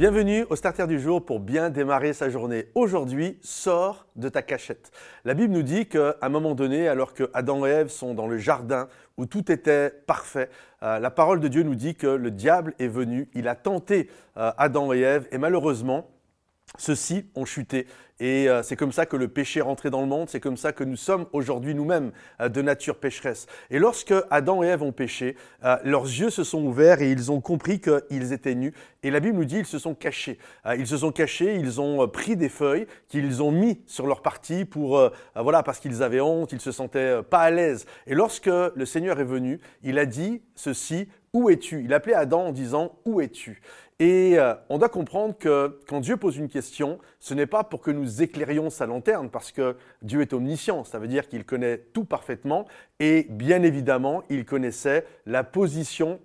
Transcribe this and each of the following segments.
Bienvenue au Starter du jour pour bien démarrer sa journée. Aujourd'hui, sors de ta cachette. La Bible nous dit qu'à un moment donné, alors que Adam et Ève sont dans le jardin où tout était parfait, la parole de Dieu nous dit que le diable est venu, il a tenté Adam et Ève et malheureusement, ceux-ci ont chuté et c'est comme ça que le péché est rentré dans le monde, c'est comme ça que nous sommes aujourd'hui nous-mêmes de nature pécheresse. Et lorsque Adam et Ève ont péché, leurs yeux se sont ouverts et ils ont compris qu'ils étaient nus. Et la Bible nous dit qu'ils se sont cachés. Ils se sont cachés, ils ont pris des feuilles qu'ils ont mis sur leur partie parce qu'ils avaient honte, ils se sentaient pas à l'aise. Et lorsque le Seigneur est venu, il a dit ceci: où es-tu? Il appelait Adam en disant: où es-tu? Et on doit comprendre que quand Dieu pose une question, ce n'est pas pour que nous éclairions sa lanterne, parce que Dieu est omniscient, ça veut dire qu'il connaît tout parfaitement et bien évidemment, il connaissait la position,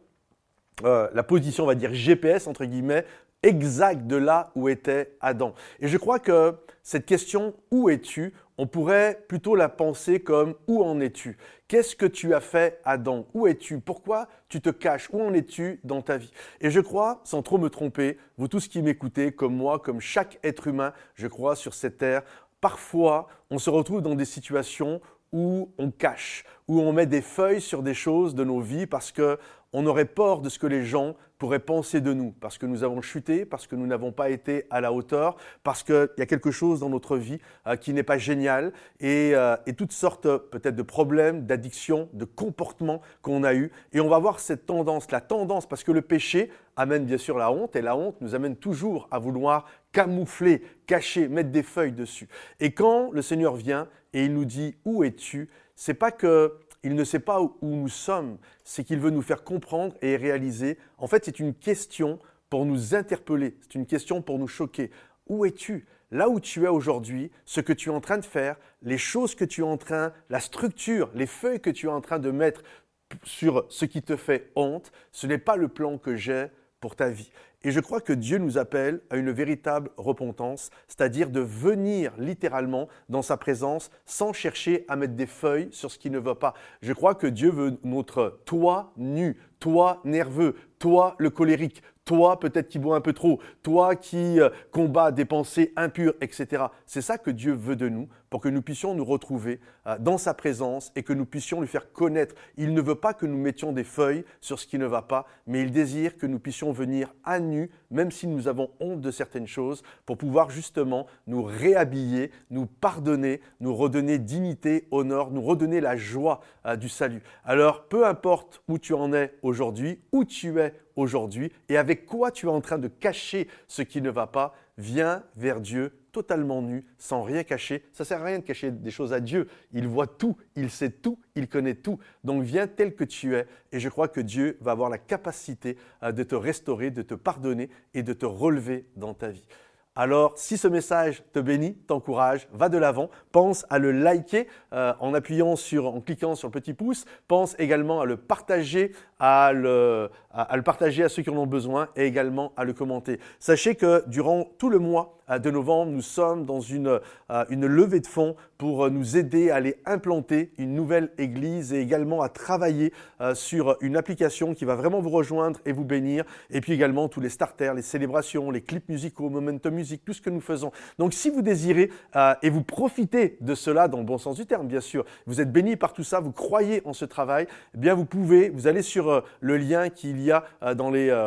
on va dire GPS entre guillemets, exact de là où était Adam. Et je crois que cette question « où es-tu » on pourrait plutôt la penser comme « où en es-tu » ? Qu'est-ce que tu as fait, Adam? Où es-tu? Pourquoi tu te caches? Où en es-tu dans ta vie? Et je crois, sans trop me tromper, vous tous qui m'écoutez, comme moi, comme chaque être humain, je crois, sur cette terre, parfois, on se retrouve dans des situations où on cache, où on met des feuilles sur des choses de nos vies parce qu'on aurait peur de ce que les gens pourraient penser de nous, parce que nous avons chuté, parce que nous n'avons pas été à la hauteur, parce qu'il y a quelque chose dans notre vie qui n'est pas génial et toutes sortes peut-être de problèmes, d'addictions, de comportements qu'on a eus. Et on va voir cette tendance, parce que le péché amène bien sûr la honte et la honte nous amène toujours à vouloir camoufler, cacher, mettre des feuilles dessus. Et quand le Seigneur vient et il nous dit « où es-tu ?» c'est pas qu'il ne sait pas où nous sommes, c'est qu'il veut nous faire comprendre et réaliser. En fait, c'est une question pour nous interpeller, c'est une question pour nous choquer. Où es-tu? Là où tu es aujourd'hui, ce que tu es en train de faire, les choses que tu es en train, la structure, les feuilles que tu es en train de mettre sur ce qui te fait honte, ce n'est pas le plan que j'ai pour ta vie. Et je crois que Dieu nous appelle à une véritable repentance, c'est-à-dire de venir littéralement dans sa présence sans chercher à mettre des feuilles sur ce qui ne va pas. Je crois que Dieu veut notre toi nu, toi nerveux, toi le colérique, toi peut-être qui boit un peu trop, toi qui combat des pensées impures, etc. C'est ça que Dieu veut de nous pour que nous puissions nous retrouver dans sa présence et que nous puissions lui faire connaître. Il ne veut pas que nous mettions des feuilles sur ce qui ne va pas, mais il désire que nous puissions venir à nu, même si nous avons honte de certaines choses, pour pouvoir justement nous réhabiller, nous pardonner, nous redonner dignité, honneur, nous redonner la joie du salut. Alors, peu importe où tu en es aujourd'hui, où tu es aujourd'hui et avec quoi tu es en train de cacher ce qui ne va pas, viens vers Dieu totalement nu, sans rien cacher. Ça ne sert à rien de cacher des choses à Dieu. Il voit tout, il sait tout, il connaît tout. Donc viens tel que tu es et je crois que Dieu va avoir la capacité de te restaurer, de te pardonner et de te relever dans ta vie. Alors, si ce message te bénit, t'encourage, va de l'avant, pense à le liker en cliquant sur le petit pouce, pense également à le partager, à le partager à ceux qui en ont besoin et également à le commenter. Sachez que durant tout le mois de novembre, nous sommes dans une levée de fonds pour nous aider à aller implanter une nouvelle église et également à travailler sur une application qui va vraiment vous rejoindre et vous bénir. Et puis également tous les starters, les célébrations, les clips musicaux, Momentum Music, tout ce que nous faisons. Donc si vous désirez et vous profitez de cela dans le bon sens du terme, bien sûr, vous êtes bénis par tout ça, vous croyez en ce travail, eh bien vous allez sur le lien qu'il y a dans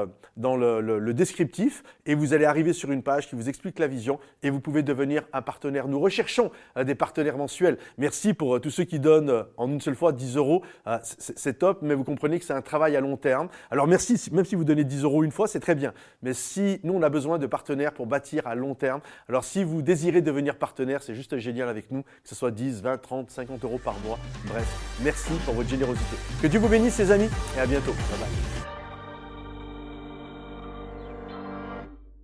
le descriptif et vous allez arriver sur une page qui vous explique la vision et vous pouvez devenir un partenaire. Nous recherchons des partenaires mensuels. Merci pour tous ceux qui donnent en une seule fois 10 €. C'est top, mais vous comprenez que c'est un travail à long terme. Alors merci, même si vous donnez 10 € une fois, c'est très bien. Mais si nous, on a besoin de partenaires pour bâtir à long terme, alors si vous désirez devenir partenaire, c'est juste génial avec nous, que ce soit 10, 20, 30, 50 € par mois. Bref, merci pour votre générosité. Que Dieu vous bénisse, les amis, et à bientôt. Bye bye.